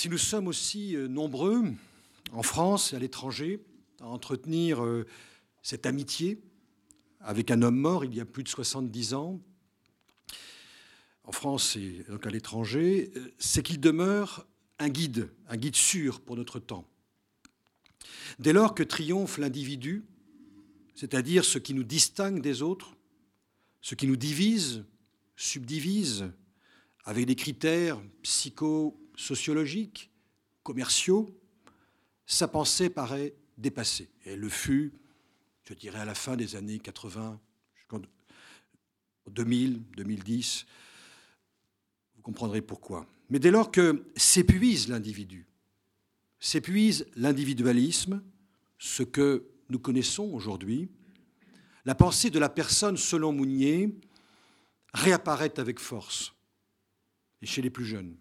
si nous sommes aussi nombreux, en France et à l'étranger, à entretenir cette amitié avec un homme mort il y a plus de 70 ans, en France et donc à l'étranger, c'est qu'il demeure un guide sûr pour notre temps. Dès lors que triomphe l'individu, c'est-à-dire ce qui nous distingue des autres, ce qui nous divise, subdivise, avec des critères psychosociologiques, commerciaux, sa pensée paraît dépassée. Et elle le fut, je dirais, à la fin des années 80, jusqu'en 2000, 2010. Vous comprendrez pourquoi. Mais dès lors que s'épuise l'individu, s'épuise l'individualisme, ce que nous connaissons aujourd'hui, la pensée de la personne, selon Mounier, réapparaît avec force, et chez les plus jeunes.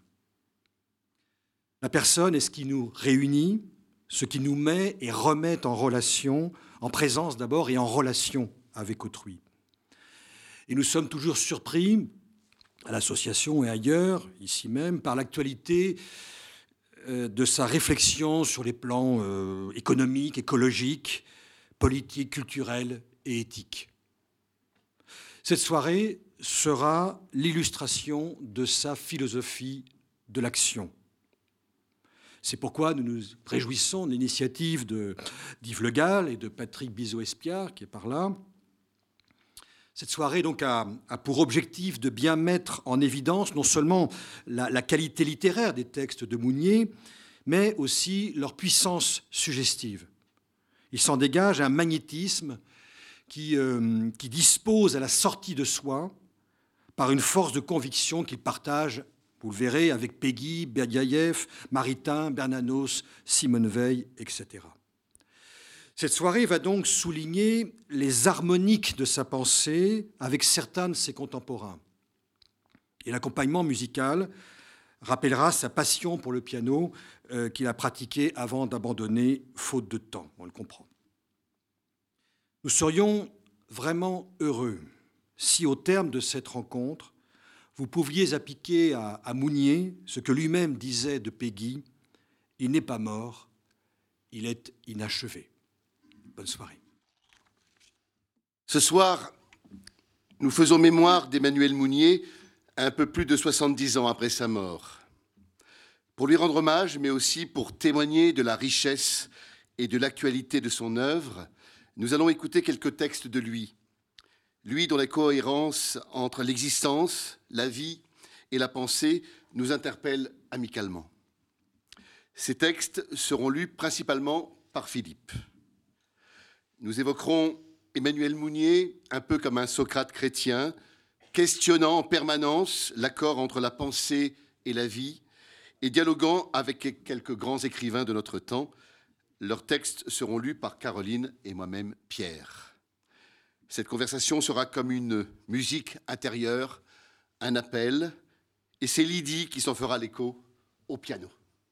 La personne est ce qui nous réunit, ce qui nous met et remet en relation, en présence d'abord et en relation avec autrui. Et nous sommes toujours surpris, à l'association et ailleurs, ici même, par l'actualité de sa réflexion sur les plans économiques, écologiques, politiques, culturels et éthiques. Cette soirée sera l'illustration de sa philosophie de l'action. C'est pourquoi nous nous réjouissons de l'initiative d'Yves Le Gall et de Patrick Bizot-Espiard, qui est par là. Cette soirée donc, a pour objectif de bien mettre en évidence non seulement la qualité littéraire des textes de Mounier, mais aussi leur puissance suggestive. Il s'en dégage un magnétisme qui dispose à la sortie de soi par une force de conviction qu'il partage, vous le verrez, avec Péguy, Berdyaev, Maritain, Bernanos, Simone Veil, etc. Cette soirée va donc souligner les harmoniques de sa pensée avec certains de ses contemporains. Et l'accompagnement musical rappellera sa passion pour le piano qu'il a pratiqué avant d'abandonner, faute de temps, on le comprend. Nous serions vraiment heureux si, au terme de cette rencontre, vous pouviez appliquer à Mounier ce que lui-même disait de Péguy, « Il n'est pas mort, il est inachevé ». Bonne soirée. Ce soir, nous faisons mémoire d'Emmanuel Mounier un peu plus de 70 ans après sa mort. Pour lui rendre hommage, mais aussi pour témoigner de la richesse et de l'actualité de son œuvre, nous allons écouter quelques textes de lui. Lui dont la cohérence entre l'existence, la vie et la pensée nous interpelle amicalement. Ces textes seront lus principalement par Philippe. Nous évoquerons Emmanuel Mounier un peu comme un Socrate chrétien, questionnant en permanence l'accord entre la pensée et la vie et dialoguant avec quelques grands écrivains de notre temps. Leurs textes seront lus par Caroline et moi-même, Pierre. Cette conversation sera comme une musique intérieure, un appel, et c'est Lydie qui s'en fera l'écho au piano.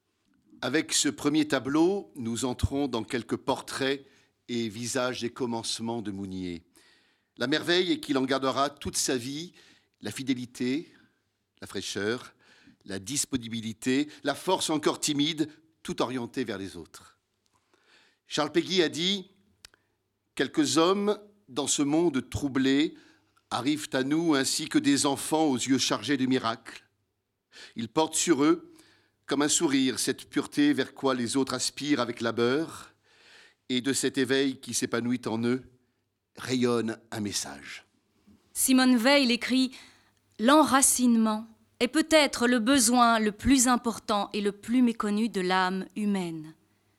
Avec ce premier tableau, nous entrons dans quelques portraits et visages et commencements de Mounier. La merveille est qu'il en gardera toute sa vie la fidélité, la fraîcheur, la disponibilité, la force encore timide, tout orientée vers les autres. Charles Péguy a dit « Quelques hommes dans ce monde troublé arrivent à nous ainsi que des enfants aux yeux chargés de miracles. Ils portent sur eux, comme un sourire, cette pureté vers quoi les autres aspirent avec labeur, et de cet éveil qui s'épanouit en eux, rayonne un message. » Simone Veil écrit « L'enracinement est peut-être le besoin le plus important et le plus méconnu de l'âme humaine.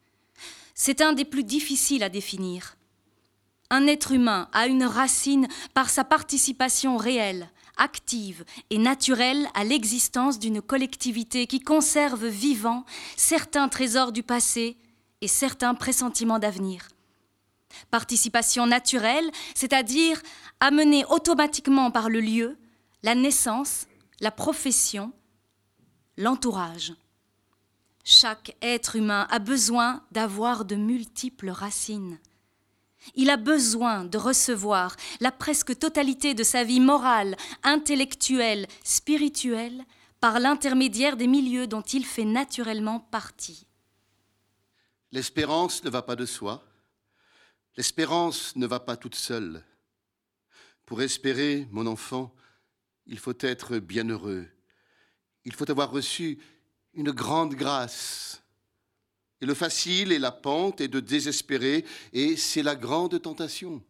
C'est un des plus difficiles à définir. Un être humain a une racine par sa participation réelle, active et naturelle à l'existence d'une collectivité qui conserve vivants certains trésors du passé et certains pressentiments d'avenir. Participation naturelle, c'est-à-dire amenée automatiquement par le lieu, la naissance, la profession, l'entourage. Chaque être humain a besoin d'avoir de multiples racines. Il a besoin de recevoir la presque totalité de sa vie morale, intellectuelle, spirituelle, par l'intermédiaire des milieux dont il fait naturellement partie. L'espérance ne va pas de soi. L'espérance ne va pas toute seule. Pour espérer, mon enfant, il faut être bienheureux. Il faut avoir reçu une grande grâce. Et le facile et la pente est de désespérer, et c'est la grande tentation.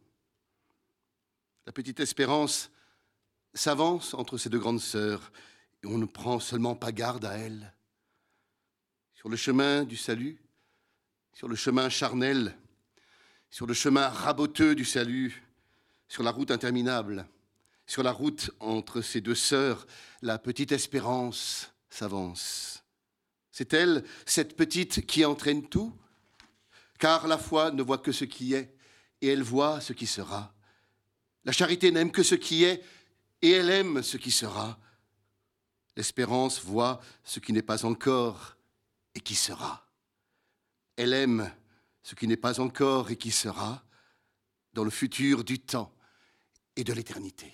La petite Espérance s'avance entre ses deux grandes sœurs, et on ne prend seulement pas garde à elle. Sur le chemin du salut, sur le chemin charnel, sur le chemin raboteux du salut, sur la route interminable, sur la route entre ces deux sœurs, la petite Espérance s'avance. C'est elle, cette petite, qui entraîne tout, car la foi ne voit que ce qui est, et elle voit ce qui sera. La charité n'aime que ce qui est, et elle aime ce qui sera. L'espérance voit ce qui n'est pas encore et qui sera. Elle aime ce qui n'est pas encore et qui sera dans le futur du temps et de l'éternité.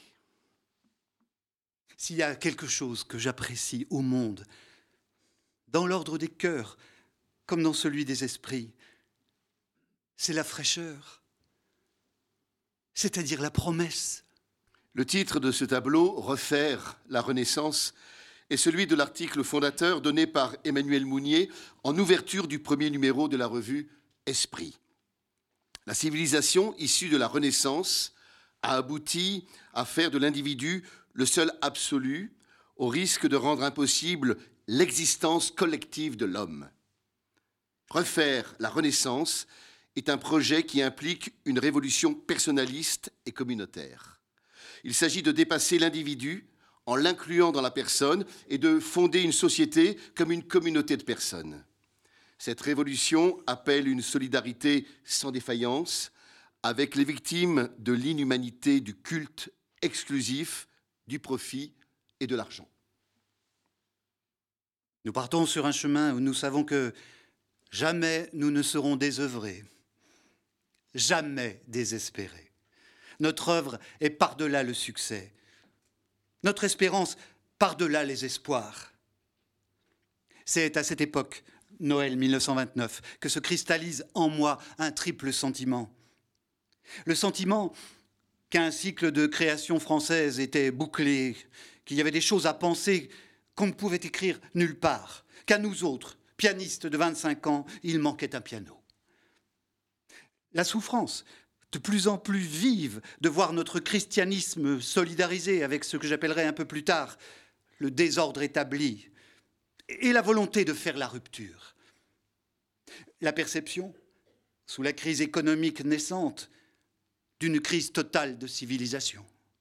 S'il y a quelque chose que j'apprécie au monde, dans l'ordre des cœurs comme dans celui des esprits, c'est la fraîcheur, c'est-à-dire la promesse. Le titre de ce tableau, Refaire la Renaissance, est celui de l'article fondateur donné par Emmanuel Mounier en ouverture du premier numéro de la revue Esprit. La civilisation issue de la Renaissance a abouti à faire de l'individu le seul absolu, au risque de rendre impossible l'existence collective de l'homme. Refaire la Renaissance est un projet qui implique une révolution personnaliste et communautaire. Il s'agit de dépasser l'individu en l'incluant dans la personne et de fonder une société comme une communauté de personnes. Cette révolution appelle une solidarité sans défaillance avec les victimes de l'inhumanité du culte exclusif, du profit et de l'argent. Nous partons sur un chemin où nous savons que jamais nous ne serons désœuvrés, jamais désespérés. Notre œuvre est par-delà le succès, notre espérance par-delà les espoirs. C'est à cette époque, Noël 1929, que se cristallise en moi un triple sentiment. Le sentiment qu'un cycle de création française était bouclé, qu'il y avait des choses à penser qu'on ne pouvait écrire nulle part, qu'à nous autres, pianistes de 25 ans, il manquait un piano. La souffrance, de plus en plus vive, de voir notre christianisme solidarisé avec ce que j'appellerai un peu plus tard le désordre établi, et la volonté de faire la rupture. La perception, sous la crise économique naissante, d'une crise totale de civilisation.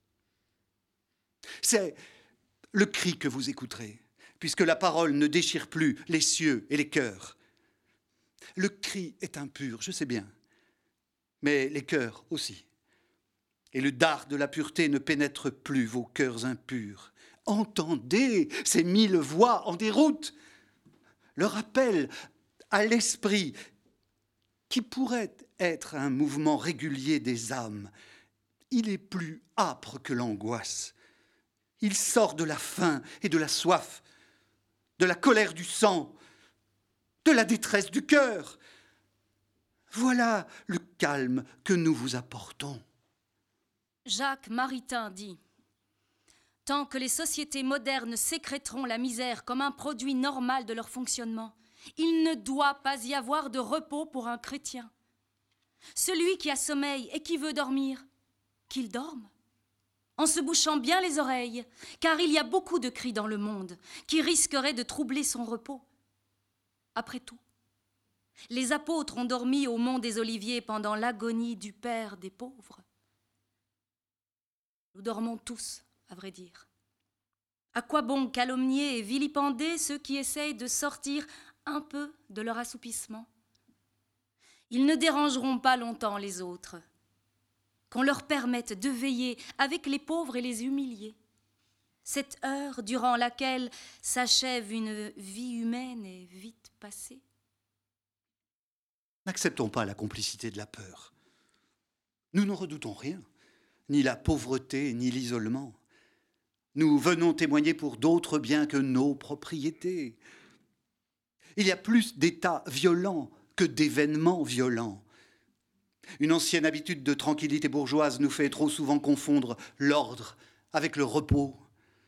C'est le cri que vous écouterez, puisque la parole ne déchire plus les cieux et les cœurs. Le cri est impur, je sais bien, mais les cœurs aussi. Et le dard de la pureté ne pénètre plus vos cœurs impurs. Entendez ces 1000 voix en déroute, le rappel à l'esprit qui pourrait être un mouvement régulier des âmes. Il est plus âpre que l'angoisse. Il sort de la faim et de la soif, de la colère du sang, de la détresse du cœur. Voilà le calme que nous vous apportons. Jacques Maritain dit « Tant que les sociétés modernes sécréteront la misère comme un produit normal de leur fonctionnement, il ne doit pas y avoir de repos pour un chrétien. Celui qui a sommeil et qui veut dormir, qu'il dorme, en se bouchant bien les oreilles, car il y a beaucoup de cris dans le monde qui risqueraient de troubler son repos. Après tout, les apôtres ont dormi au mont des Oliviers pendant l'agonie du Père des pauvres. Nous dormons tous, à vrai dire. À quoi bon calomnier et vilipender ceux qui essayent de sortir un peu de leur assoupissement? Ils ne dérangeront pas longtemps les autres. Qu'on leur permette de veiller avec les pauvres et les humiliés. Cette heure durant laquelle s'achève une vie humaine est vite passée. N'acceptons pas la complicité de la peur. Nous ne redoutons rien, ni la pauvreté, ni l'isolement. Nous venons témoigner pour d'autres biens que nos propriétés. Il y a plus d'états violents que d'événements violents. Une ancienne habitude de tranquillité bourgeoise nous fait trop souvent confondre l'ordre avec le repos.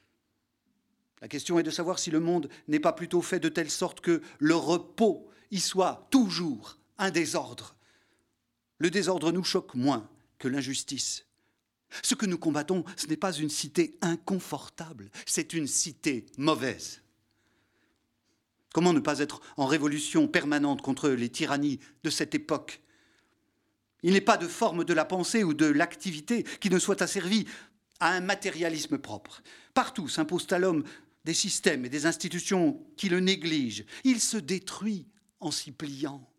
La question est de savoir si le monde n'est pas plutôt fait de telle sorte que le repos y soit toujours un désordre. Le désordre nous choque moins que l'injustice. Ce que nous combattons, ce n'est pas une cité inconfortable, c'est une cité mauvaise. Comment ne pas être en révolution permanente contre les tyrannies de cette époque ? Il n'est pas de forme de la pensée ou de l'activité qui ne soit asservie à un matérialisme propre. Partout s'imposent à l'homme des systèmes et des institutions qui le négligent. Il se détruit en s'y pliant.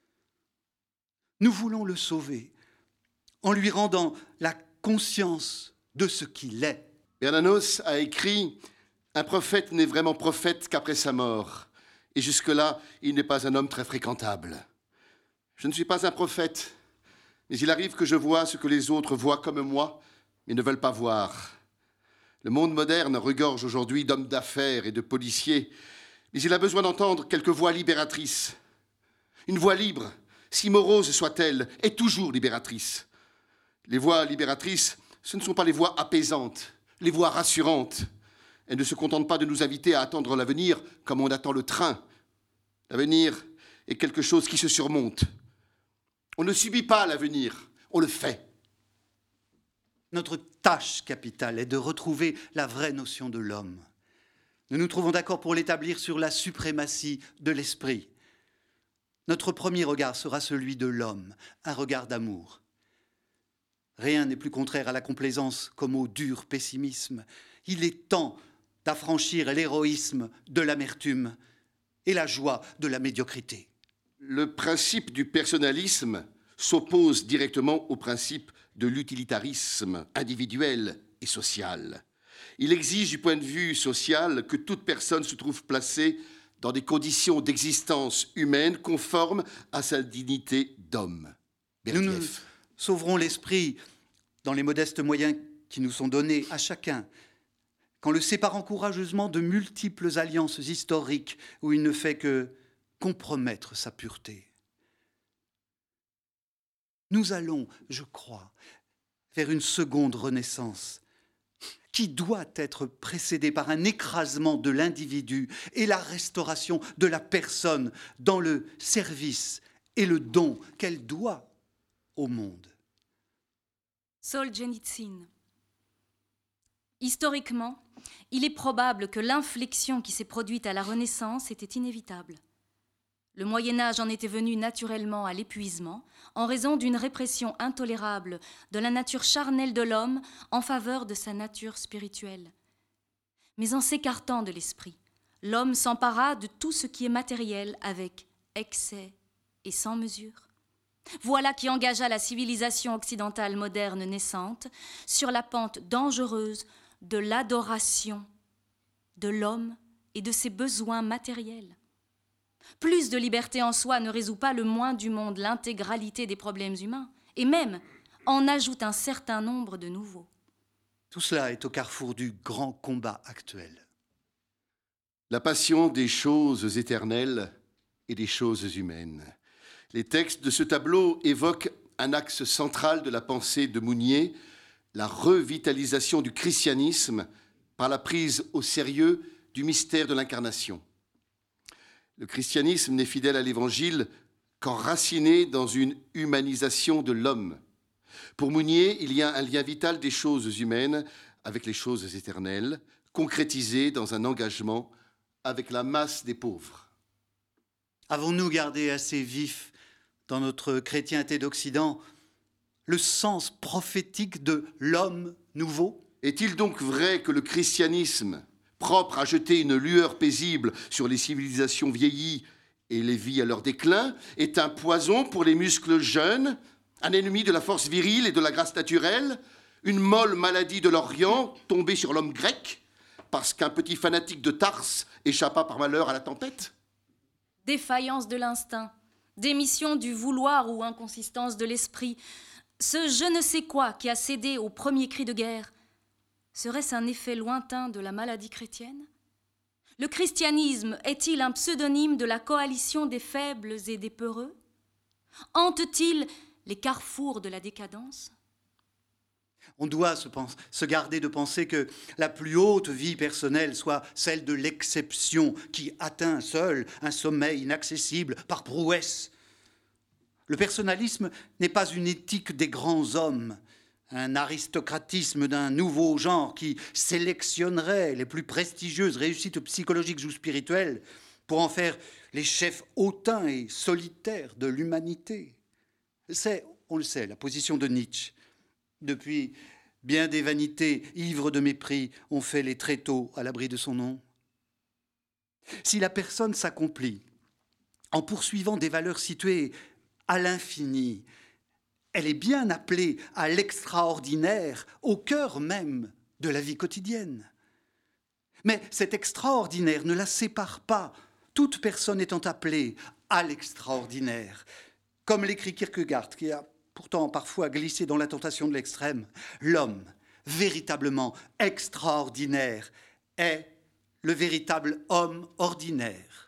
Nous voulons le sauver en lui rendant la conscience de ce qu'il est. Bernanos a écrit « Un prophète n'est vraiment prophète qu'après sa mort. Et jusque-là, il n'est pas un homme très fréquentable. Je ne suis pas un prophète, mais il arrive que je vois ce que les autres voient comme moi, mais ne veulent pas voir. Le monde moderne regorge aujourd'hui d'hommes d'affaires et de policiers, mais il a besoin d'entendre quelques voix libératrices. Une voix libre, si morose soit-elle, est toujours libératrice. Les voix libératrices, ce ne sont pas les voix apaisantes, les voix rassurantes. Elles ne se contentent pas de nous inviter à attendre l'avenir comme on attend le train. L'avenir est quelque chose qui se surmonte. On ne subit pas l'avenir, on le fait. Notre tâche capitale est de retrouver la vraie notion de l'homme. Nous nous trouvons d'accord pour l'établir sur la suprématie de l'esprit. Notre premier regard sera celui de l'homme, un regard d'amour. Rien n'est plus contraire à la complaisance comme au dur pessimisme. Il est temps d'affranchir l'héroïsme de l'amertume et la joie de la médiocrité. Le principe du personnalisme s'oppose directement au principe de l'utilitarisme individuel et social. Il exige du point de vue social que toute personne se trouve placée dans des conditions d'existence humaine conformes à sa dignité d'homme. Nous sauverons l'esprit dans les modestes moyens qui nous sont donnés à chacun, qu'en le séparant courageusement de multiples alliances historiques où il ne fait que compromettre sa pureté. Nous allons, je crois, vers une seconde renaissance qui doit être précédée par un écrasement de l'individu et la restauration de la personne dans le service et le don qu'elle doit au monde. Solzhenitsyn. Historiquement, il est probable que l'inflexion qui s'est produite à la Renaissance était inévitable. Le Moyen-Âge en était venu naturellement à l'épuisement en raison d'une répression intolérable de la nature charnelle de l'homme en faveur de sa nature spirituelle. Mais en s'écartant de l'esprit, l'homme s'empara de tout ce qui est matériel avec excès et sans mesure. Voilà qui engagea la civilisation occidentale moderne naissante sur la pente dangereuse de l'adoration de l'homme et de ses besoins matériels. Plus de liberté en soi ne résout pas le moins du monde l'intégralité des problèmes humains, et même en ajoute un certain nombre de nouveaux. Tout cela est au carrefour du grand combat actuel. La passion des choses éternelles et des choses humaines. Les textes de ce tableau évoquent un axe central de la pensée de Mounier, la revitalisation du christianisme par la prise au sérieux du mystère de l'incarnation. Le christianisme n'est fidèle à l'Évangile qu'enraciné dans une humanisation de l'homme. Pour Mounier, il y a un lien vital des choses humaines avec les choses éternelles, concrétisé dans un engagement avec la masse des pauvres. Avons-nous gardé assez vif dans notre chrétienté d'Occident le sens prophétique de l'homme nouveau ? Est-il donc vrai que le christianisme, propre à jeter une lueur paisible sur les civilisations vieillies et les vies à leur déclin, est un poison pour les muscles jeunes, un ennemi de la force virile et de la grâce naturelle, une molle maladie de l'Orient tombée sur l'homme grec, parce qu'un petit fanatique de Tarse échappa par malheur à la tempête ? Défaillance de l'instinct, démission du vouloir ou inconsistance de l'esprit, ce je ne sais quoi qui a cédé au premier cri de guerre, Serait-ce un effet lointain de la maladie chrétienne? Le christianisme est-il un pseudonyme de la coalition des faibles et des peureux? Hante-t-il les carrefours de la décadence? On doit se garder de penser que la plus haute vie personnelle soit celle de l'exception qui atteint seule un sommet inaccessible par prouesse. Le personnalisme n'est pas une éthique des grands hommes, un aristocratisme d'un nouveau genre qui sélectionnerait les plus prestigieuses réussites psychologiques ou spirituelles pour en faire les chefs hautains et solitaires de l'humanité. C'est, on le sait, la position de Nietzsche. Depuis, bien des vanités, ivres de mépris, ont fait les tréteaux à l'abri de son nom. Si la personne s'accomplit en poursuivant des valeurs situées à l'infini, elle est bien appelée à l'extraordinaire, au cœur même de la vie quotidienne. Mais cet extraordinaire ne la sépare pas, toute personne étant appelée à l'extraordinaire. Comme l'écrit Kierkegaard, qui a pourtant parfois glissé dans la tentation de l'extrême, l'homme, véritablement extraordinaire, est le véritable homme ordinaire.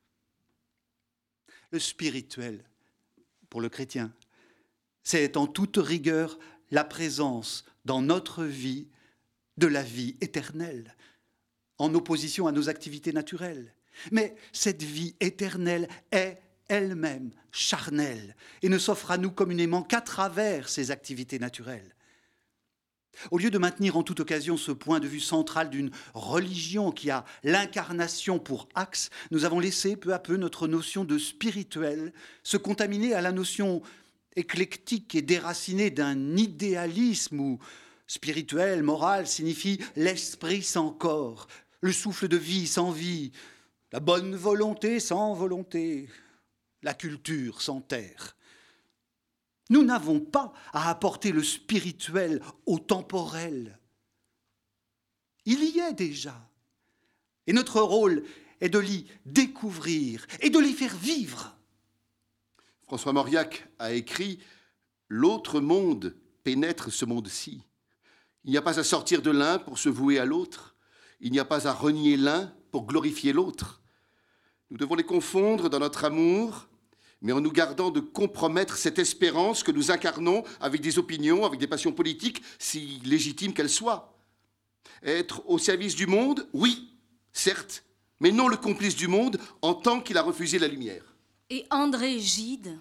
Le spirituel, pour le chrétien, c'est en toute rigueur la présence dans notre vie de la vie éternelle, en opposition à nos activités naturelles. Mais cette vie éternelle est elle-même charnelle et ne s'offre à nous communément qu'à travers ses activités naturelles. Au lieu de maintenir en toute occasion ce point de vue central d'une religion qui a l'incarnation pour axe, nous avons laissé peu à peu notre notion de spirituel se contaminer à la notion éclectique et déracinée d'un idéalisme où spirituel, moral signifie l'esprit sans corps, le souffle de vie sans vie, la bonne volonté sans volonté, la culture sans terre. Nous n'avons pas à apporter le spirituel au temporel. Il y est déjà. Et notre rôle est de l'y découvrir et de l'y faire vivre. François Mauriac a écrit « L'autre monde pénètre ce monde-ci. Il n'y a pas à sortir de l'un pour se vouer à l'autre. Il n'y a pas à renier l'un pour glorifier l'autre. Nous devons les confondre dans notre amour, mais en nous gardant de compromettre cette espérance que nous incarnons avec des opinions, avec des passions politiques, si légitimes qu'elles soient. Être au service du monde, oui, certes, mais non le complice du monde en tant qu'il a refusé la lumière. » Et André Gide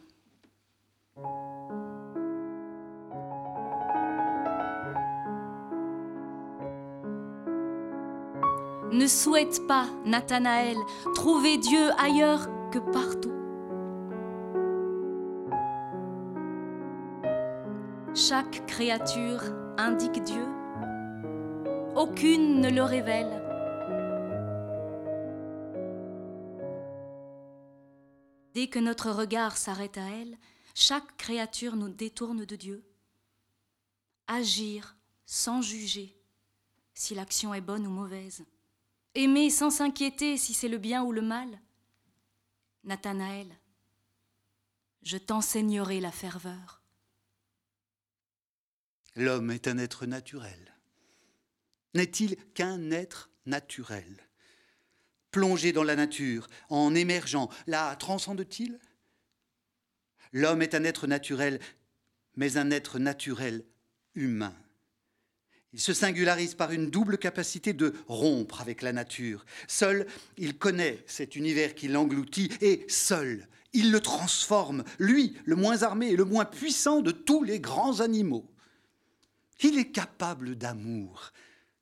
ne souhaite pas, Nathanaël, trouver Dieu ailleurs que partout. Chaque créature indique Dieu, aucune ne le révèle. Dès que notre regard s'arrête à elle, chaque créature nous détourne de Dieu. Agir sans juger si l'action est bonne ou mauvaise. Aimer sans s'inquiéter si c'est le bien ou le mal. Nathanaël, je t'enseignerai la ferveur. L'homme est un être naturel. N'est-il qu'un être naturel? Plongé dans la nature, en émergeant, la transcende-t-il? L'homme est un être naturel, mais un être naturel humain. Il se singularise par une double capacité de rompre avec la nature. Seul, il connaît cet univers qui l'engloutit et seul, il le transforme, lui, le moins armé et le moins puissant de tous les grands animaux. Il est capable d'amour,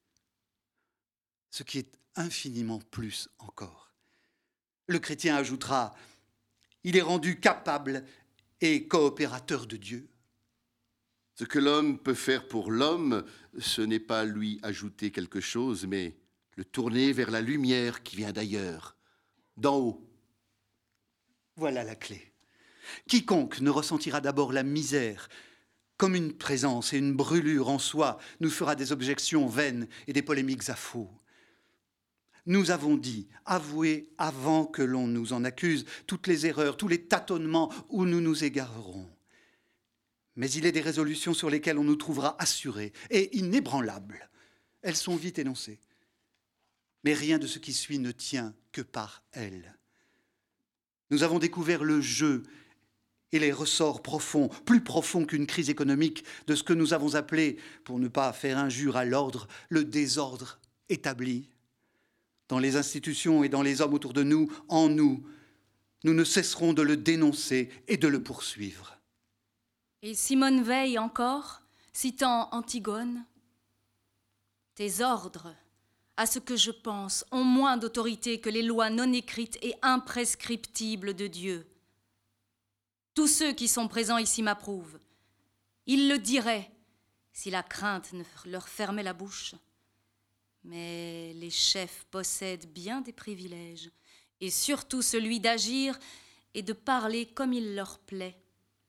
ce qui est infiniment plus encore. Le chrétien ajoutera, il est rendu capable et coopérateur de Dieu. Ce que l'homme peut faire pour l'homme, ce n'est pas lui ajouter quelque chose, mais le tourner vers la lumière qui vient d'ailleurs, d'en haut. Voilà la clé. Quiconque ne ressentira d'abord la misère comme une présence et une brûlure en soi nous fera des objections vaines et des polémiques à faux. Nous avons dit, avouez avant que l'on nous en accuse toutes les erreurs, tous les tâtonnements où nous nous égarerons. Mais il est des résolutions sur lesquelles on nous trouvera assurés et inébranlables. elles sont vite énoncées. Mais rien de ce qui suit ne tient que par elles. Nous avons découvert le jeu et les ressorts profonds, plus profonds qu'une crise économique, de ce que nous avons appelé, pour ne pas faire injure à l'ordre, le désordre établi. Dans les institutions et dans les hommes autour de nous, en nous, nous ne cesserons de le dénoncer et de le poursuivre. Et Simone Veil encore, citant Antigone, « Tes ordres, à ce que je pense, ont moins d'autorité que les lois non écrites et imprescriptibles de Dieu. Tous ceux qui sont présents ici m'approuvent. Ils le diraient si la crainte ne leur fermait la bouche. Mais les chefs possèdent bien des privilèges, et surtout celui d'agir et de parler comme il leur plaît.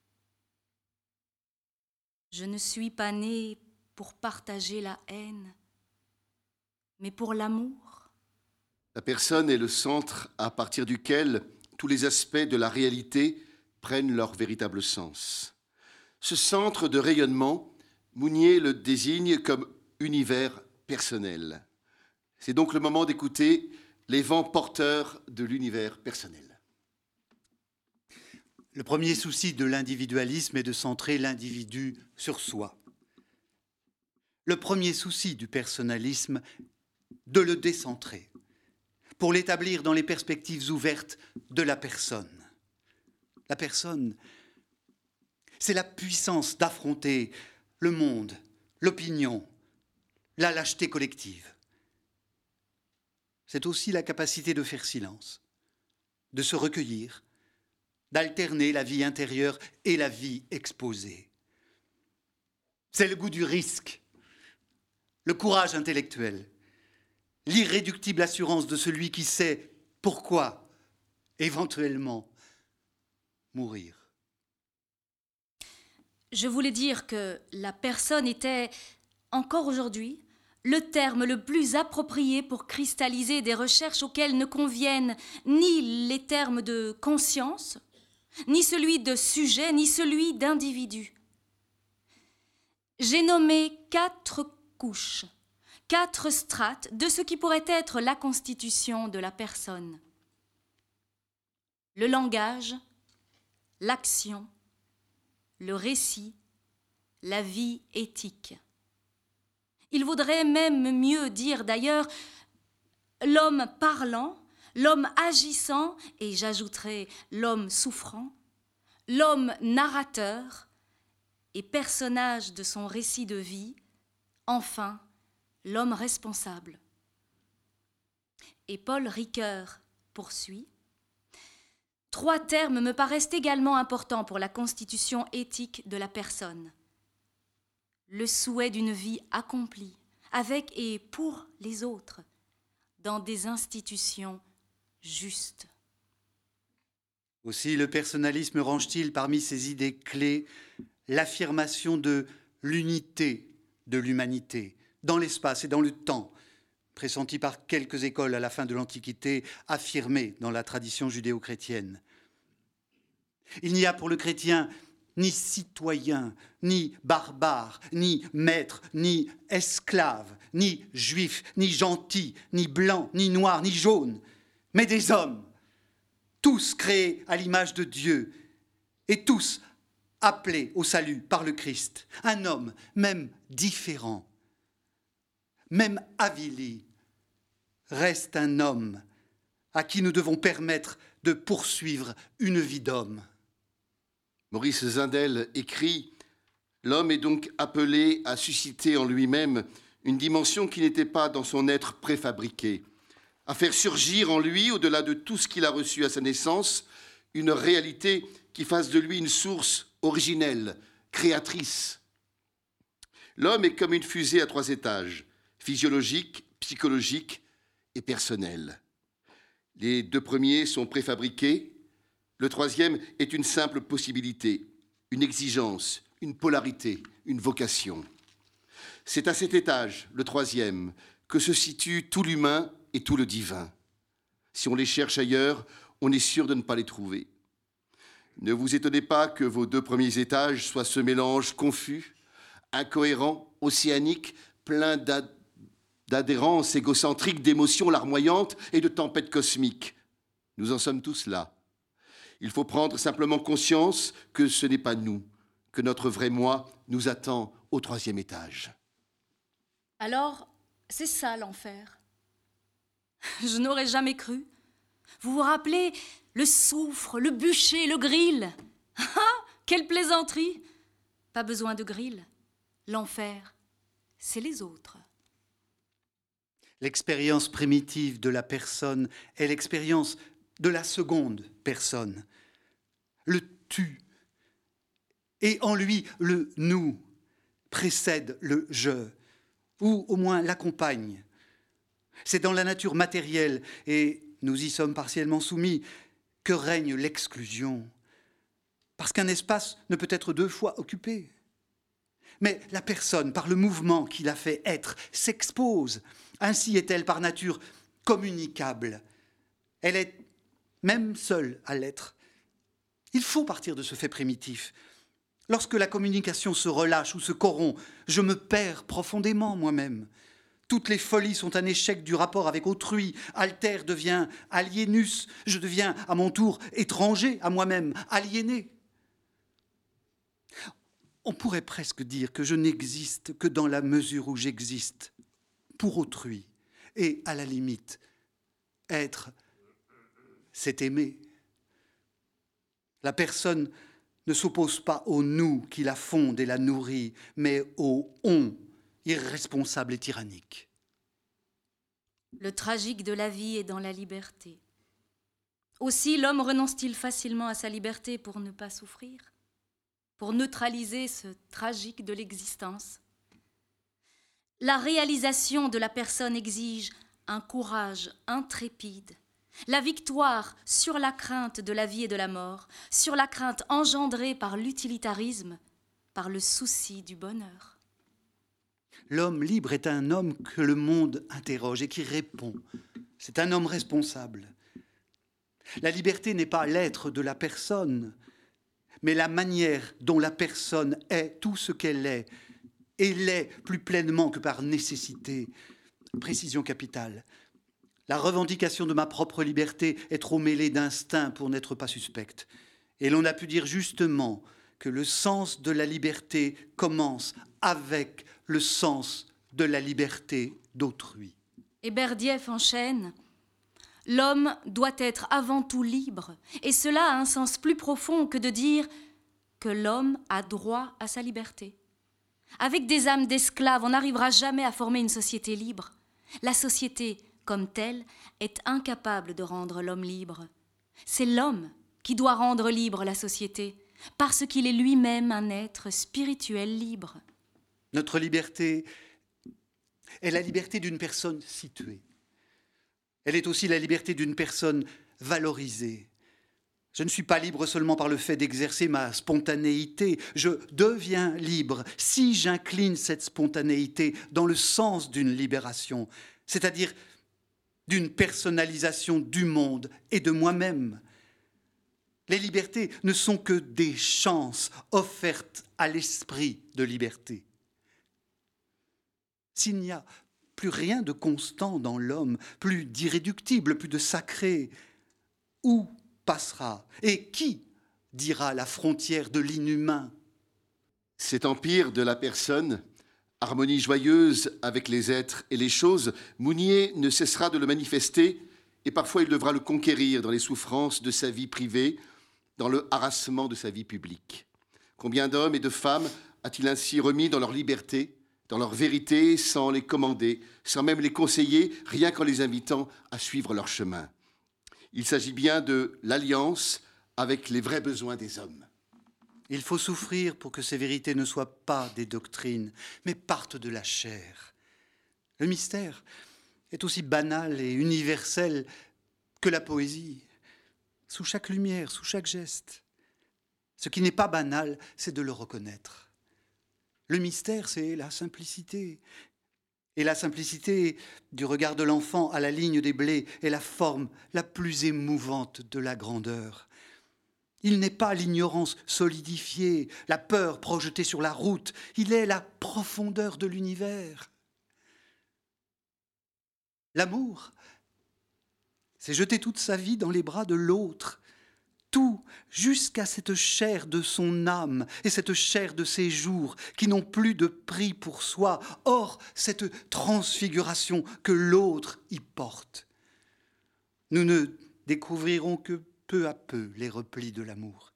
Je ne suis pas née pour partager la haine, mais pour l'amour. » La personne est le centre à partir duquel tous les aspects de la réalité prennent leur véritable sens. Ce centre de rayonnement, Mounier le désigne comme univers personnel. C'est donc le moment d'écouter les vents porteurs de l'univers personnel. Le premier souci de l'individualisme est de centrer l'individu sur soi. Le premier souci du personnalisme, de le décentrer, pour l'établir dans les perspectives ouvertes de la personne. La personne, c'est la puissance d'affronter le monde, l'opinion, la lâcheté collective. C'est aussi la capacité de faire silence, de se recueillir, d'alterner la vie intérieure et la vie exposée. C'est le goût du risque, le courage intellectuel, l'irréductible assurance de celui qui sait pourquoi, éventuellement, mourir. Je voulais dire que la personne était, encore aujourd'hui, le terme le plus approprié pour cristalliser des recherches auxquelles ne conviennent ni les termes de conscience, ni celui de sujet, ni celui d'individu. J'ai nommé 4 couches, 4 strates de ce qui pourrait être la constitution de la personne. Le langage, l'action, le récit, la vie éthique. Il vaudrait même mieux dire d'ailleurs l'homme parlant, l'homme agissant, et j'ajouterai l'homme souffrant, l'homme narrateur et personnage de son récit de vie, enfin l'homme responsable. Et Paul Ricoeur poursuit. 3 termes me paraissent également importants pour la constitution éthique de la personne. Le souhait d'une vie accomplie, avec et pour les autres, dans des institutions justes. Aussi, le personnalisme range-t-il parmi ses idées clés l'affirmation de l'unité de l'humanité, dans l'espace et dans le temps, pressenti par quelques écoles à la fin de l'Antiquité, affirmée dans la tradition judéo-chrétienne. Il n'y a pour le chrétien ni citoyen, ni barbare, ni maître, ni esclave, ni juif, ni gentil, ni blanc, ni noir, ni jaune, mais des hommes, tous créés à l'image de Dieu et tous appelés au salut par le Christ. Un homme, même différent, même avili, reste un homme à qui nous devons permettre de poursuivre une vie d'homme. Maurice Zindel écrit « L'homme est donc appelé à susciter en lui-même une dimension qui n'était pas dans son être préfabriqué, à faire surgir en lui, au-delà de tout ce qu'il a reçu à sa naissance, une réalité qui fasse de lui une source originelle, créatrice. L'homme est comme une fusée à 3 étages, physiologique, psychologique et personnel. Les 2 premiers sont préfabriqués. Le 3e est une simple possibilité, une exigence, une polarité, une vocation. C'est à cet étage, le 3e, que se situe tout l'humain et tout le divin. Si on les cherche ailleurs, on est sûr de ne pas les trouver. Ne vous étonnez pas que vos 2 premiers étages soient ce mélange confus, incohérent, océanique, plein d'adhérence égocentrique, d'émotions larmoyantes et de tempêtes cosmiques. Nous en sommes tous là. Il faut prendre simplement conscience que ce n'est pas nous, que notre vrai moi nous attend au 3e étage. Alors, c'est ça l'enfer. Je n'aurais jamais cru. Vous vous rappelez le soufre, le bûcher, le grill? Ah, quelle plaisanterie! Pas besoin de grill. L'enfer, c'est les autres. L'expérience primitive de la personne est l'expérience de la seconde personne. Le tu. Et en lui, le nous précède le je, ou au moins l'accompagne. C'est dans la nature matérielle, et nous y sommes partiellement soumis, que règne l'exclusion. Parce qu'un espace ne peut être 2 fois occupé. Mais la personne, par le mouvement qui la fait être, s'expose. Ainsi est-elle par nature communicable. Elle est même seule à l'être. Il faut partir de ce fait primitif. Lorsque la communication se relâche ou se corrompt, je me perds profondément moi-même. Toutes les folies sont un échec du rapport avec autrui. Alter devient aliénus. Je deviens à mon tour étranger à moi-même, aliéné. On pourrait presque dire que je n'existe que dans la mesure où j'existe pour autrui. Et à la limite, être, c'est aimer. La personne ne s'oppose pas au nous qui la fonde et la nourrit, mais au on, irresponsable et tyrannique. Le tragique de la vie est dans la liberté. Aussi, l'homme renonce-t-il facilement à sa liberté pour ne pas souffrir, pour neutraliser ce tragique de l'existence? La réalisation de la personne exige un courage intrépide, la victoire sur la crainte de la vie et de la mort, sur la crainte engendrée par l'utilitarisme, par le souci du bonheur. L'homme libre est un homme que le monde interroge et qui répond. C'est un homme responsable. La liberté n'est pas l'être de la personne, mais la manière dont la personne est tout ce qu'elle est, et l'est plus pleinement que par nécessité. Précision capitale. La revendication de ma propre liberté est trop mêlée d'instinct pour n'être pas suspecte. Et l'on a pu dire justement que le sens de la liberté commence avec le sens de la liberté d'autrui. Et Berdiev enchaîne. L'homme doit être avant tout libre, et cela a un sens plus profond que de dire que l'homme a droit à sa liberté. Avec des âmes d'esclaves, on n'arrivera jamais à former une société libre. La société, comme telle, est incapable de rendre l'homme libre. C'est l'homme qui doit rendre libre la société, parce qu'il est lui-même un être spirituel libre. Notre liberté est la liberté d'une personne située. Elle est aussi la liberté d'une personne valorisée. Je ne suis pas libre seulement par le fait d'exercer ma spontanéité. Je deviens libre si j'incline cette spontanéité dans le sens d'une libération, c'est-à-dire d'une personnalisation du monde et de moi-même. Les libertés ne sont que des chances offertes à l'esprit de liberté. S'il n'y a plus rien de constant dans l'homme, plus d'irréductible, plus de sacré, où passera et qui dira la frontière de l'inhumain? Cet empire de la personne, harmonie joyeuse avec les êtres et les choses, Mounier ne cessera de le manifester et parfois il devra le conquérir dans les souffrances de sa vie privée, dans le harassement de sa vie publique. Combien d'hommes et de femmes a-t-il ainsi remis dans leur liberté, dans leur vérité, sans les commander, sans même les conseiller, rien qu'en les invitant à suivre leur chemin? Il s'agit bien de l'alliance avec les vrais besoins des hommes. Il faut souffrir pour que ces vérités ne soient pas des doctrines, mais partent de la chair. Le mystère est aussi banal et universel que la poésie, sous chaque lumière, sous chaque geste. Ce qui n'est pas banal, c'est de le reconnaître. Le mystère, c'est la simplicité. Et la simplicité du regard de l'enfant à la ligne des blés est la forme la plus émouvante de la grandeur. Il n'est pas l'ignorance solidifiée, la peur projetée sur la route, il est la profondeur de l'univers. L'amour, c'est jeter toute sa vie dans les bras de l'autre, tout jusqu'à cette chair de son âme et cette chair de ses jours qui n'ont plus de prix pour soi. Or, cette transfiguration que l'autre y porte, nous ne découvrirons que peu à peu les replis de l'amour.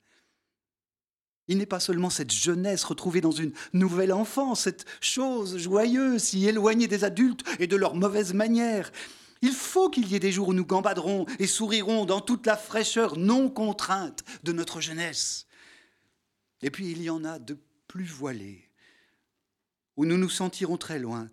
Il n'est pas seulement cette jeunesse retrouvée dans une nouvelle enfance, cette chose joyeuse, si éloignée des adultes et de leurs mauvaises manières. Il faut qu'il y ait des jours où nous gambaderons et sourirons dans toute la fraîcheur non contrainte de notre jeunesse. Et puis il y en a de plus voilés, où nous nous sentirons très loin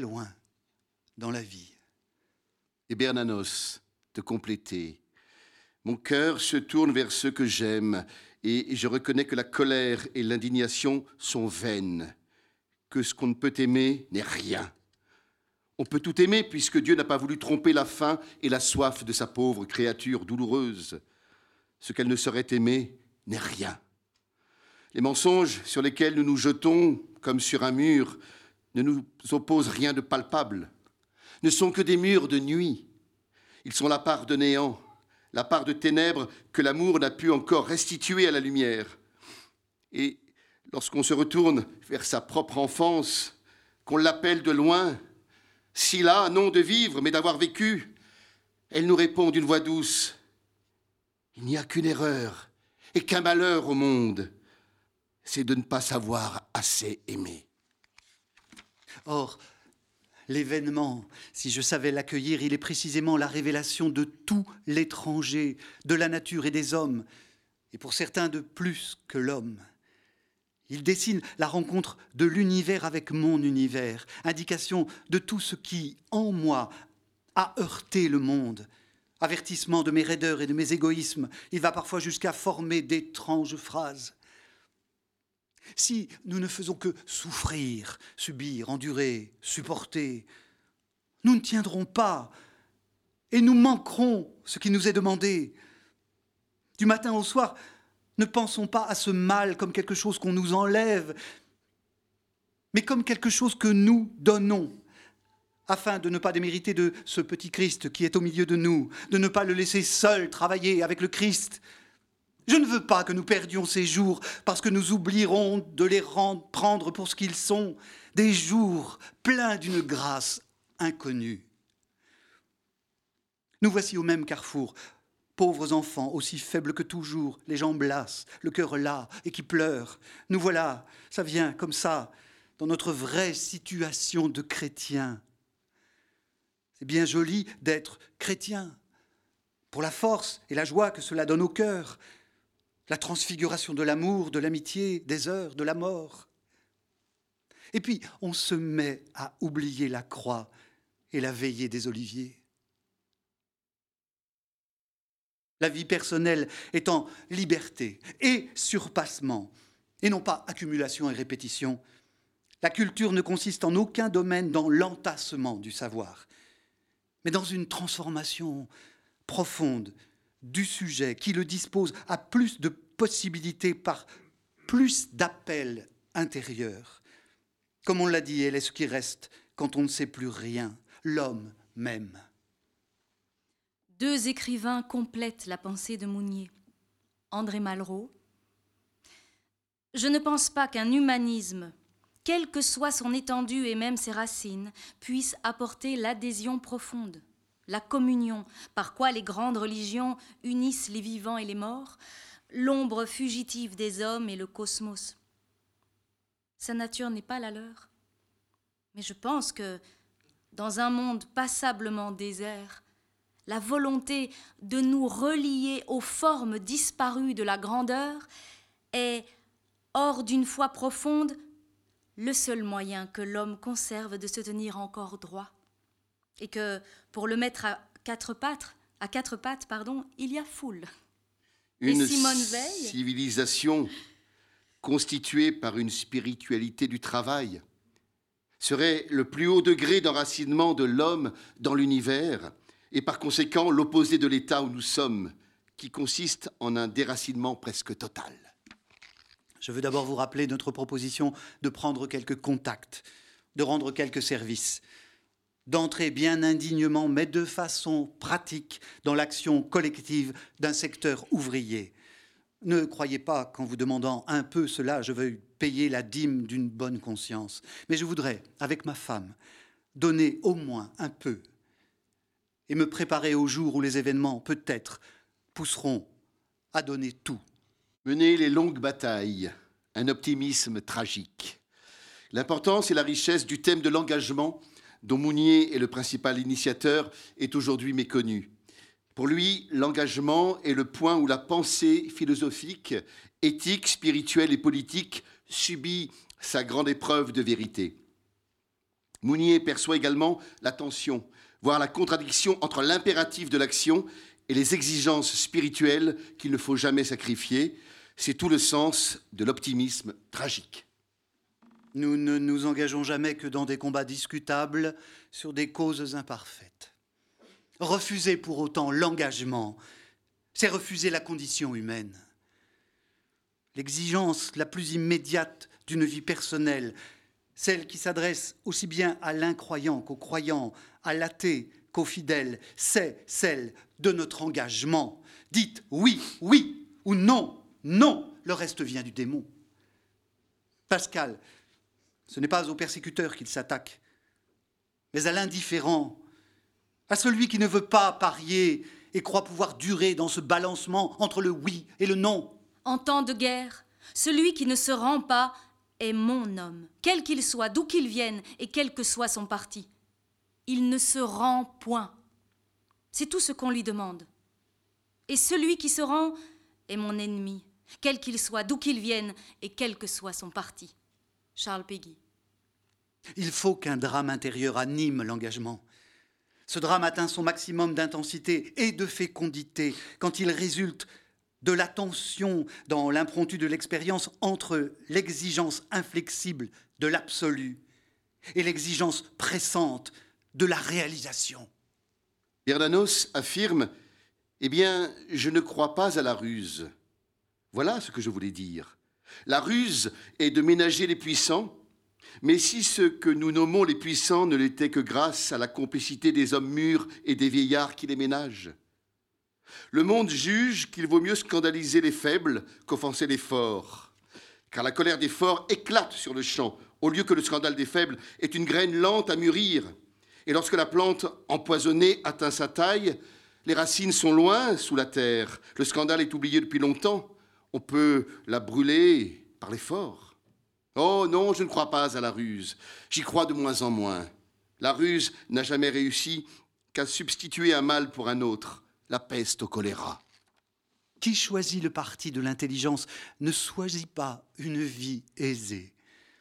dans la vie. Et Bernanos, de compléter. Mon cœur se tourne vers ceux que j'aime, et je reconnais que la colère et l'indignation sont vaines, que ce qu'on ne peut aimer n'est rien. On peut tout aimer puisque Dieu n'a pas voulu tromper la faim et la soif de sa pauvre créature douloureuse. Ce qu'elle ne saurait aimer n'est rien. Les mensonges sur lesquels nous nous jetons comme sur un mur ne nous opposent rien de palpable, ne sont que des murs de nuit. Ils sont la part de néant, la part de ténèbres que l'amour n'a pu encore restituer à la lumière. Et lorsqu'on se retourne vers sa propre enfance, qu'on l'appelle de loin, si là, non de vivre, mais d'avoir vécu, elle nous répond d'une voix douce, « Il n'y a qu'une erreur et qu'un malheur au monde, c'est de ne pas savoir assez aimer. » Or, l'événement, si je savais l'accueillir, il est précisément la révélation de tout l'étranger, de la nature et des hommes, et pour certains de plus que l'homme. Il dessine la rencontre de l'univers avec mon univers, indication de tout ce qui, en moi, a heurté le monde, avertissement de mes raideurs et de mes égoïsmes. Il va parfois jusqu'à former d'étranges phrases. Si nous ne faisons que souffrir, subir, endurer, supporter, nous ne tiendrons pas et nous manquerons ce qui nous est demandé. Du matin au soir, ne pensons pas à ce mal comme quelque chose qu'on nous enlève, mais comme quelque chose que nous donnons, afin de ne pas démériter de ce petit Christ qui est au milieu de nous, de ne pas le laisser seul travailler avec le Christ. Je ne veux pas que nous perdions ces jours parce que nous oublierons de les prendre pour ce qu'ils sont, des jours pleins d'une grâce inconnue. Nous voici au même carrefour, pauvres enfants, aussi faibles que toujours, les jambes lasses, le cœur las et qui pleurent. Nous voilà, ça vient comme ça, dans notre vraie situation de chrétien. C'est bien joli d'être chrétien, pour la force et la joie que cela donne au cœur, la transfiguration de l'amour, de l'amitié, des heures, de la mort. Et puis, on se met à oublier la croix et la veillée des oliviers. La vie personnelle est en liberté et surpassement, et non pas accumulation et répétition. La culture ne consiste en aucun domaine dans l'entassement du savoir, mais dans une transformation profonde du sujet qui le dispose à plus de possibilités par plus d'appels intérieurs. Comme on l'a dit, elle est ce qui reste quand on ne sait plus rien, l'homme même. Deux écrivains complètent la pensée de Mounier. André Malraux. Je ne pense pas qu'un humanisme, quelle que soit son étendue et même ses racines, puisse apporter l'adhésion profonde, la communion, par quoi les grandes religions unissent les vivants et les morts, l'ombre fugitive des hommes et le cosmos. Sa nature n'est pas la leur. Mais je pense que, dans un monde passablement désert, la volonté de nous relier aux formes disparues de la grandeur est, hors d'une foi profonde, le seul moyen que l'homme conserve de se tenir encore droit. Et que, pour le mettre à quatre pattes, il y a foule. Une Et Simone Veil, civilisation constituée par une spiritualité du travail serait le plus haut degré d'enracinement de l'homme dans l'univers et par conséquent l'opposé de l'état où nous sommes, qui consiste en un déracinement presque total. Je veux d'abord vous rappeler notre proposition de prendre quelques contacts, de rendre quelques services, d'entrer bien indignement, mais de façon pratique, dans l'action collective d'un secteur ouvrier. Ne croyez pas qu'en vous demandant un peu cela, je veuille payer la dîme d'une bonne conscience. Mais je voudrais, avec ma femme, donner au moins un peu et me préparer au jour où les événements, peut-être, pousseront à donner tout. Mener les longues batailles, un optimisme tragique. L'importance et la richesse du thème de l'engagement, dont Mounier est le principal initiateur, est aujourd'hui méconnue. Pour lui, l'engagement est le point où la pensée philosophique, éthique, spirituelle et politique subit sa grande épreuve de vérité. Mounier perçoit également la tension, voire la contradiction entre l'impératif de l'action et les exigences spirituelles qu'il ne faut jamais sacrifier. C'est tout le sens de l'optimisme tragique. Nous ne nous engageons jamais que dans des combats discutables sur des causes imparfaites. Refuser pour autant l'engagement, c'est refuser la condition humaine. L'exigence la plus immédiate d'une vie personnelle, celle qui s'adresse aussi bien à l'incroyant qu'au croyant, à l'athée qu'au fidèle, c'est celle de notre engagement. Dites oui, oui, ou non, non, le reste vient du démon. Pascal, ce n'est pas aux persécuteurs qu'il s'attaque, mais à l'indifférent, à celui qui ne veut pas parier et croit pouvoir durer dans ce balancement entre le oui et le non. En temps de guerre, celui qui ne se rend pas est mon homme, quel qu'il soit, d'où qu'il vienne et quel que soit son parti. Il ne se rend point. C'est tout ce qu'on lui demande. Et celui qui se rend est mon ennemi, quel qu'il soit, d'où qu'il vienne et quel que soit son parti. Charles Péguy. Il faut qu'un drame intérieur anime l'engagement. Ce drame atteint son maximum d'intensité et de fécondité quand il résulte de la tension dans l'impromptu de l'expérience entre l'exigence inflexible de l'absolu et l'exigence pressante de la réalisation. Bernanos affirme « Eh bien, je ne crois pas à la ruse. » Voilà ce que je voulais dire. La ruse est de ménager les puissants, mais si ce que nous nommons les puissants ne l'était que grâce à la complicité des hommes mûrs et des vieillards qui les ménagent. Le monde juge qu'il vaut mieux scandaliser les faibles qu'offenser les forts, car la colère des forts éclate sur le champ, au lieu que le scandale des faibles est une graine lente à mûrir. Et lorsque la plante empoisonnée atteint sa taille, les racines sont loin sous la terre. Le scandale est oublié depuis longtemps. On peut la brûler par les forts. Oh non, je ne crois pas à la ruse. J'y crois de moins en moins. La ruse n'a jamais réussi qu'à substituer un mal pour un autre, la peste au choléra. Qui choisit le parti de l'intelligence ne choisit pas une vie aisée.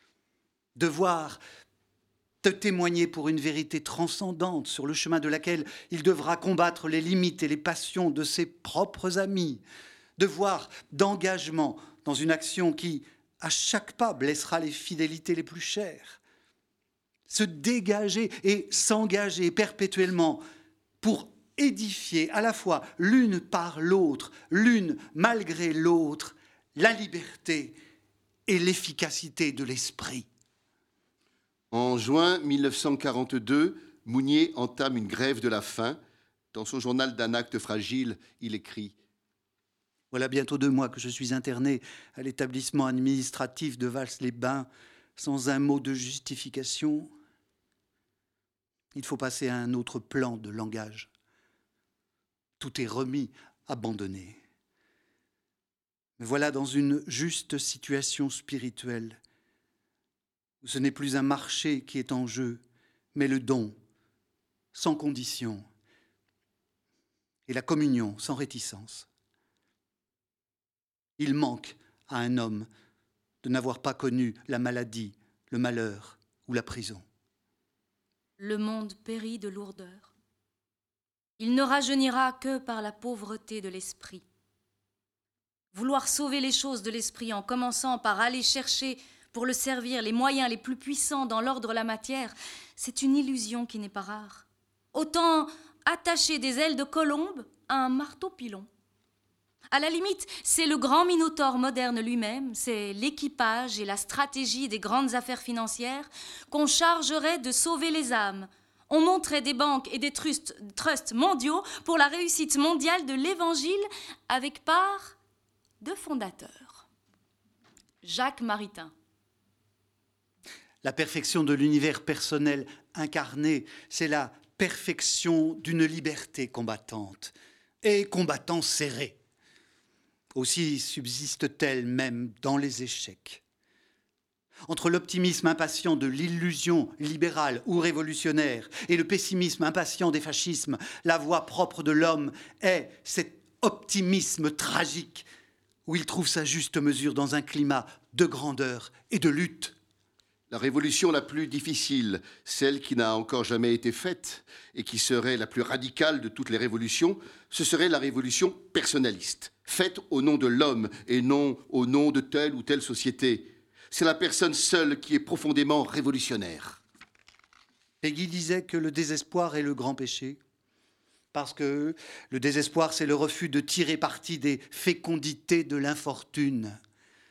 Devoir te témoigner pour une vérité transcendante sur le chemin de laquelle il devra combattre les limites et les passions de ses propres amis. Devoir d'engagement dans une action qui, à chaque pas, blessera les fidélités les plus chères. Se dégager et s'engager perpétuellement pour édifier à la fois l'une par l'autre, l'une malgré l'autre, la liberté et l'efficacité de l'esprit. En juin 1942, Mounier entame une grève de la faim. Dans son journal d'un acte fragile, il écrit « Voilà bientôt 2 mois que je suis interné à l'établissement administratif de Vals-les-Bains, sans un mot de justification. Il faut passer à un autre plan de langage. Tout est remis, abandonné. Me voilà dans une juste situation spirituelle, où ce n'est plus un marché qui est en jeu, mais le don, sans condition, et la communion sans réticence. Il manque à un homme de n'avoir pas connu la maladie, le malheur ou la prison. Le monde périt de lourdeur. Il ne rajeunira que par la pauvreté de l'esprit. Vouloir sauver les choses de l'esprit en commençant par aller chercher pour le servir les moyens les plus puissants dans l'ordre de la matière, c'est une illusion qui n'est pas rare. Autant attacher des ailes de colombe à un marteau-pilon. À la limite, c'est le grand Minotaure moderne lui-même, c'est l'équipage et la stratégie des grandes affaires financières qu'on chargerait de sauver les âmes, On montrait des banques et des trusts mondiaux pour la réussite mondiale de l'Évangile avec part de fondateurs. Jacques Maritain. La perfection de l'univers personnel incarné, c'est la perfection d'une liberté combattante et combattant serré. Aussi subsiste-t-elle même dans les échecs. Entre l'optimisme impatient de l'illusion libérale ou révolutionnaire et le pessimisme impatient des fascismes, la voie propre de l'homme est cet optimisme tragique où il trouve sa juste mesure dans un climat de grandeur et de lutte. La révolution la plus difficile, celle qui n'a encore jamais été faite et qui serait la plus radicale de toutes les révolutions, ce serait la révolution personnaliste, faite au nom de l'homme et non au nom de telle ou telle société. C'est la personne seule qui est profondément révolutionnaire. Peggy disait que le désespoir est le grand péché, parce que le désespoir, c'est le refus de tirer parti des fécondités de l'infortune.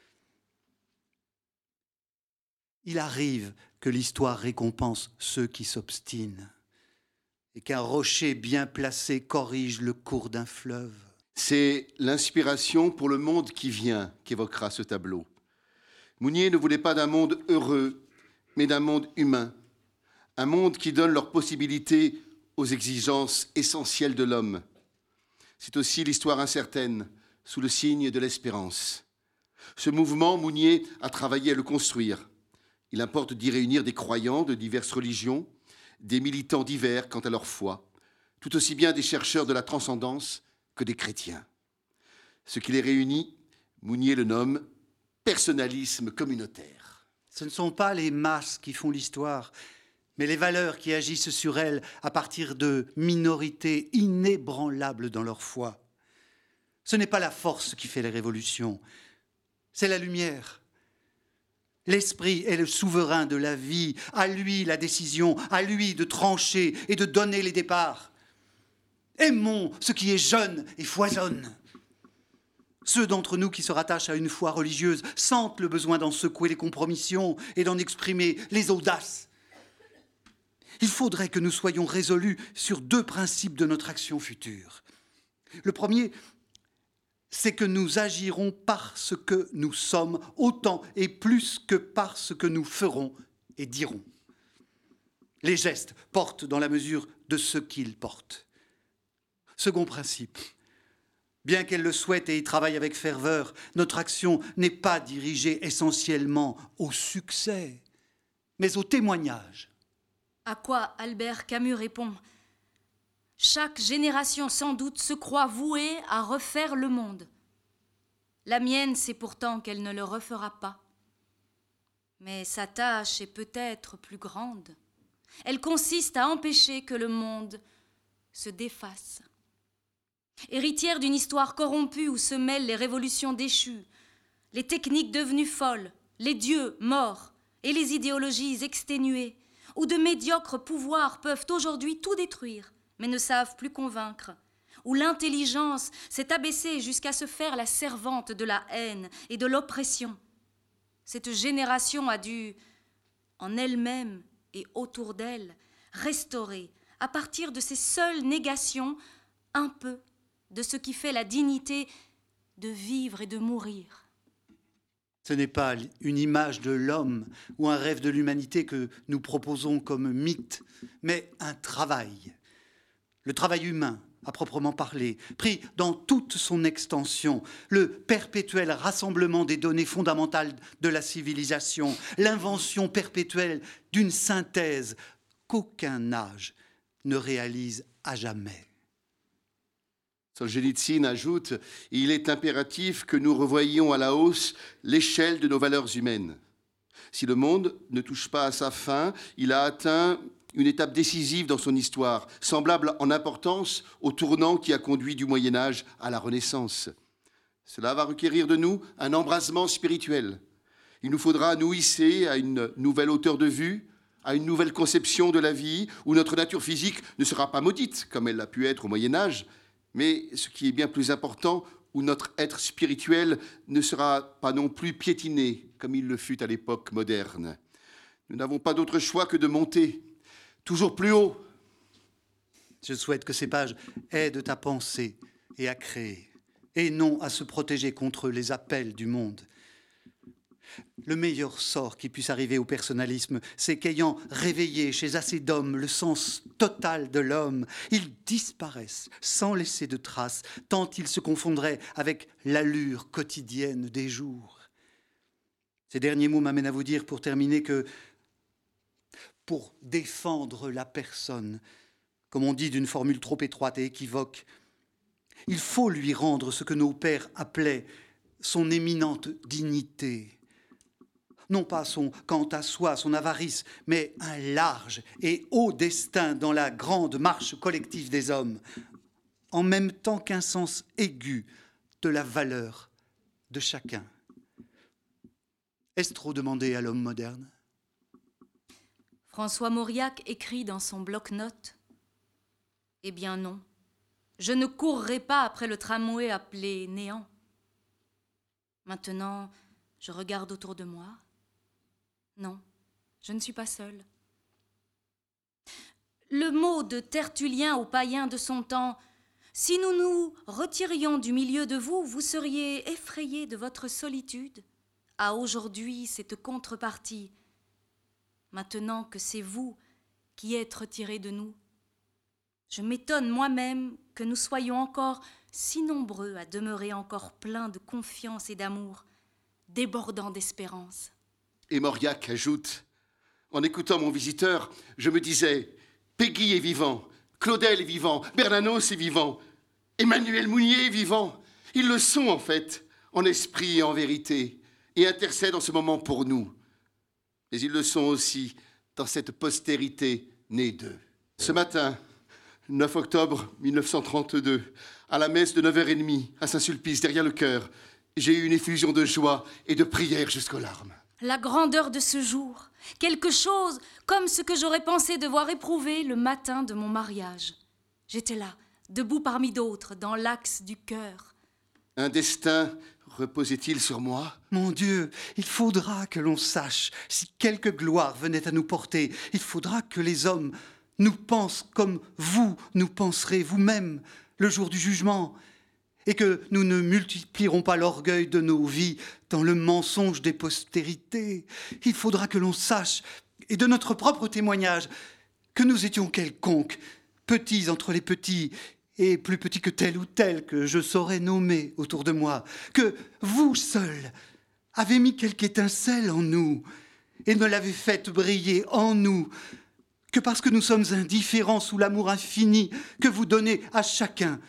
Il arrive que l'histoire récompense ceux qui s'obstinent et qu'un rocher bien placé corrige le cours d'un fleuve. C'est l'inspiration pour le monde qui vient qu'évoquera ce tableau. Mounier ne voulait pas d'un monde heureux, mais d'un monde humain. Un monde qui donne leurs possibilités aux exigences essentielles de l'homme. C'est aussi l'histoire incertaine, sous le signe de l'espérance. Ce mouvement, Mounier a travaillé à le construire. Il importe d'y réunir des croyants de diverses religions, des militants divers quant à leur foi, tout aussi bien des chercheurs de la transcendance que des chrétiens. Ce qui les réunit, Mounier le nomme personnalisme communautaire. Ce ne sont pas les masses qui font l'histoire, mais les valeurs qui agissent sur elles à partir de minorités inébranlables dans leur foi. Ce n'est pas la force qui fait les révolutions, c'est la lumière. L'esprit est le souverain de la vie, à lui la décision, à lui de trancher et de donner les départs. Aimons ce qui est jeune et foisonne. Ceux d'entre nous qui se rattachent à une foi religieuse sentent le besoin d'en secouer les compromissions et d'en exprimer les audaces. Il faudrait que nous soyons résolus sur 2 principes de notre action future. Le premier, c'est que nous agirons parce que nous sommes autant et plus que parce que nous ferons et dirons. Les gestes portent dans la mesure de ce qu'ils portent. Second principe, bien qu'elle le souhaite et y travaille avec ferveur, notre action n'est pas dirigée essentiellement au succès, mais au témoignage. À quoi Albert Camus répond : chaque génération sans doute se croit vouée à refaire le monde. La mienne sait pourtant qu'elle ne le refera pas. Mais sa tâche est peut-être plus grande. Elle consiste à empêcher que le monde se défasse. Héritière d'une histoire corrompue où se mêlent les révolutions déchues, les techniques devenues folles, les dieux morts et les idéologies exténuées, où de médiocres pouvoirs peuvent aujourd'hui tout détruire, mais ne savent plus convaincre, où l'intelligence s'est abaissée jusqu'à se faire la servante de la haine et de l'oppression. Cette génération a dû, en elle-même et autour d'elle, restaurer, à partir de ses seules négations, un peu de ce qui fait la dignité de vivre et de mourir. Ce n'est pas une image de l'homme ou un rêve de l'humanité que nous proposons comme mythe, mais un travail. Le travail humain, à proprement parler, pris dans toute son extension, le perpétuel rassemblement des données fondamentales de la civilisation, l'invention perpétuelle d'une synthèse qu'aucun âge ne réalise à jamais. Solzhenitsyn ajoute « Il est impératif que nous revoyions à la hausse l'échelle de nos valeurs humaines. Si le monde ne touche pas à sa fin, il a atteint une étape décisive dans son histoire, semblable en importance au tournant qui a conduit du Moyen-Âge à la Renaissance. Cela va requérir de nous un embrasement spirituel. Il nous faudra nous hisser à une nouvelle hauteur de vue, à une nouvelle conception de la vie, où notre nature physique ne sera pas maudite, comme elle a pu être au Moyen-Âge, mais ce qui est bien plus important, où notre être spirituel ne sera pas non plus piétiné, comme il le fut à l'époque moderne. Nous n'avons pas d'autre choix que de monter, toujours plus haut, Je souhaite que ces pages aident à penser et à créer, et non à se protéger contre les appels du monde. Le meilleur sort qui puisse arriver au personnalisme, c'est qu'ayant réveillé chez assez d'hommes le sens total de l'homme, ils disparaissent sans laisser de traces, tant ils se confondraient avec l'allure quotidienne des jours. Ces derniers mots m'amènent à vous dire, pour terminer, que pour défendre la personne, comme on dit d'une formule trop étroite et équivoque, il faut lui rendre ce que nos pères appelaient son éminente dignité. Non pas son quant à soi, son avarice, mais un large et haut destin dans la grande marche collective des hommes, en même temps qu'un sens aigu de la valeur de chacun. Est-ce trop demandé à l'homme moderne ? François Mauriac écrit dans son bloc-notes « Eh bien non, je ne courrai pas après le tramway appelé néant. Maintenant, je regarde autour de moi. Non, je ne suis pas seule. Le mot de Tertullien aux païens de son temps, si nous nous retirions du milieu de vous, vous seriez effrayés de votre solitude, a aujourd'hui cette contrepartie. Maintenant que c'est vous qui êtes retirés de nous, je m'étonne moi-même que nous soyons encore si nombreux à demeurer encore pleins de confiance et d'amour, débordant d'espérance. » Et Mauriac ajoute, en écoutant mon visiteur, je me disais, Peggy est vivant, Claudel est vivant, Bernanos est vivant, Emmanuel Mounier est vivant. Ils le sont en fait, en esprit et en vérité, et intercèdent en ce moment pour nous. Mais ils le sont aussi dans cette postérité née d'eux. Ce matin, 9 octobre 1932, à la messe de 9h30, à Saint-Sulpice, derrière le chœur, j'ai eu une effusion de joie et de prière jusqu'aux larmes. La grandeur de ce jour, quelque chose comme ce que j'aurais pensé devoir éprouver le matin de mon mariage. J'étais là, debout parmi d'autres, dans l'axe du cœur. Un destin reposait-il sur moi ? Mon Dieu, il faudra que l'on sache si quelque gloire venait à nous porter. Il faudra que les hommes nous pensent comme vous nous penserez vous-même le jour du jugement, et que nous ne multiplierons pas l'orgueil de nos vies dans le mensonge des postérités. Il faudra que l'on sache, et de notre propre témoignage, que nous étions quelconques, petits entre les petits, et plus petits que tel ou tel que je saurais nommer autour de moi, que vous seuls avez mis quelque étincelle en nous, et ne l'avez faite briller en nous, que parce que nous sommes indifférents sous l'amour infini que vous donnez à chacun,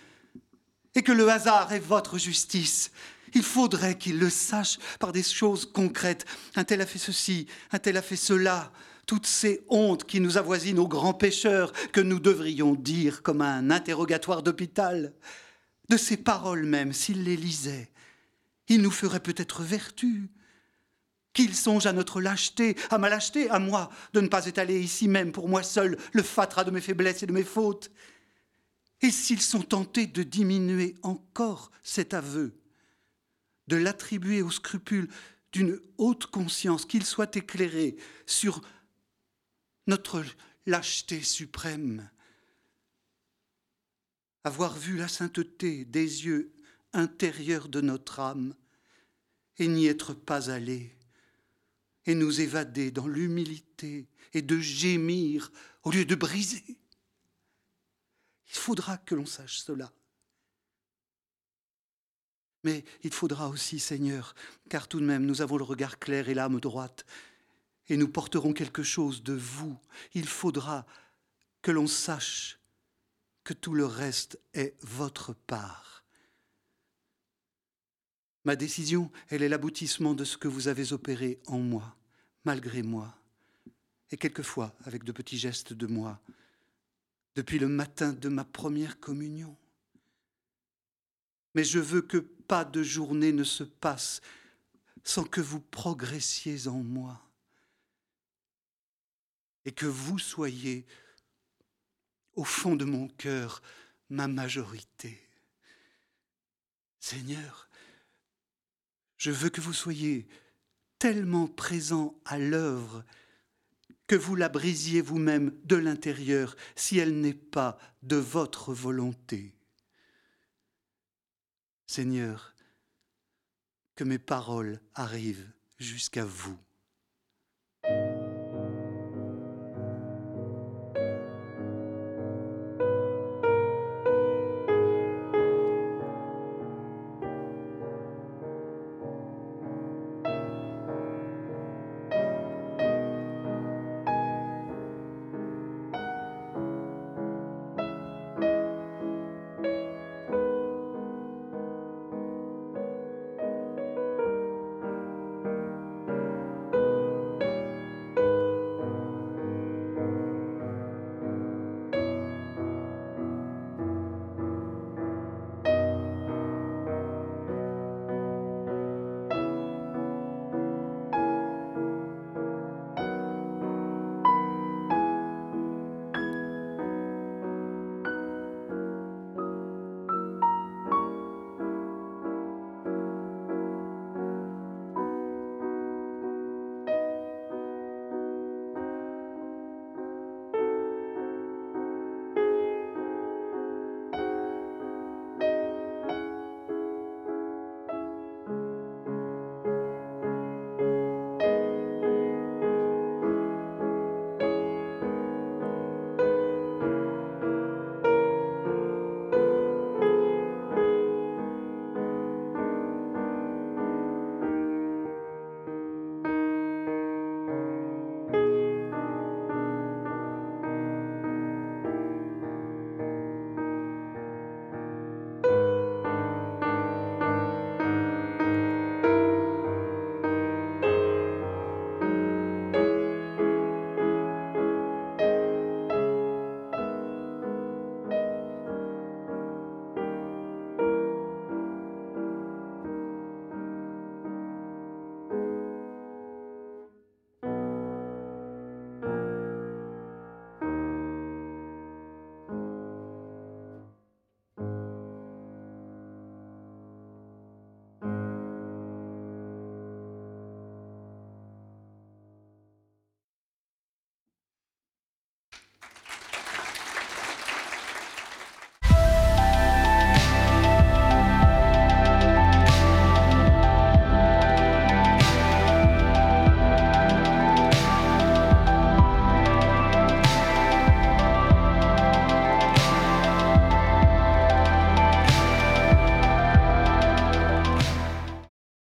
et que le hasard est votre justice. Il faudrait qu'il le sache par des choses concrètes. Un tel a fait ceci, un tel a fait cela. Toutes ces hontes qui nous avoisinent aux grands pécheurs que nous devrions dire comme un interrogatoire d'hôpital. De ces paroles même, s'il les lisait, il nous ferait peut-être vertu. Qu'il songe à notre lâcheté, à ma lâcheté, à moi, de ne pas étaler ici même pour moi seul le fatras de mes faiblesses et de mes fautes. Et s'ils sont tentés de diminuer encore cet aveu, de l'attribuer au scrupule d'une haute conscience, qu'il soit éclairé sur notre lâcheté suprême, avoir vu la sainteté des yeux intérieurs de notre âme et n'y être pas allé, et nous évader dans l'humilité et de gémir au lieu de briser. Il faudra que l'on sache cela. Mais il faudra aussi, Seigneur, car tout de même nous avons le regard clair et l'âme droite, et nous porterons quelque chose de vous. Il faudra que l'on sache que tout le reste est votre part. Ma décision, elle est l'aboutissement de ce que vous avez opéré en moi, malgré moi, et quelquefois avec de petits gestes de moi, depuis le matin de ma première communion. Mais je veux que pas de journée ne se passe sans que vous progressiez en moi et que vous soyez, au fond de mon cœur, ma majorité. Seigneur, je veux que vous soyez tellement présent à l'œuvre que vous la brisiez vous-même de l'intérieur si elle n'est pas de votre volonté. Seigneur, que mes paroles arrivent jusqu'à vous.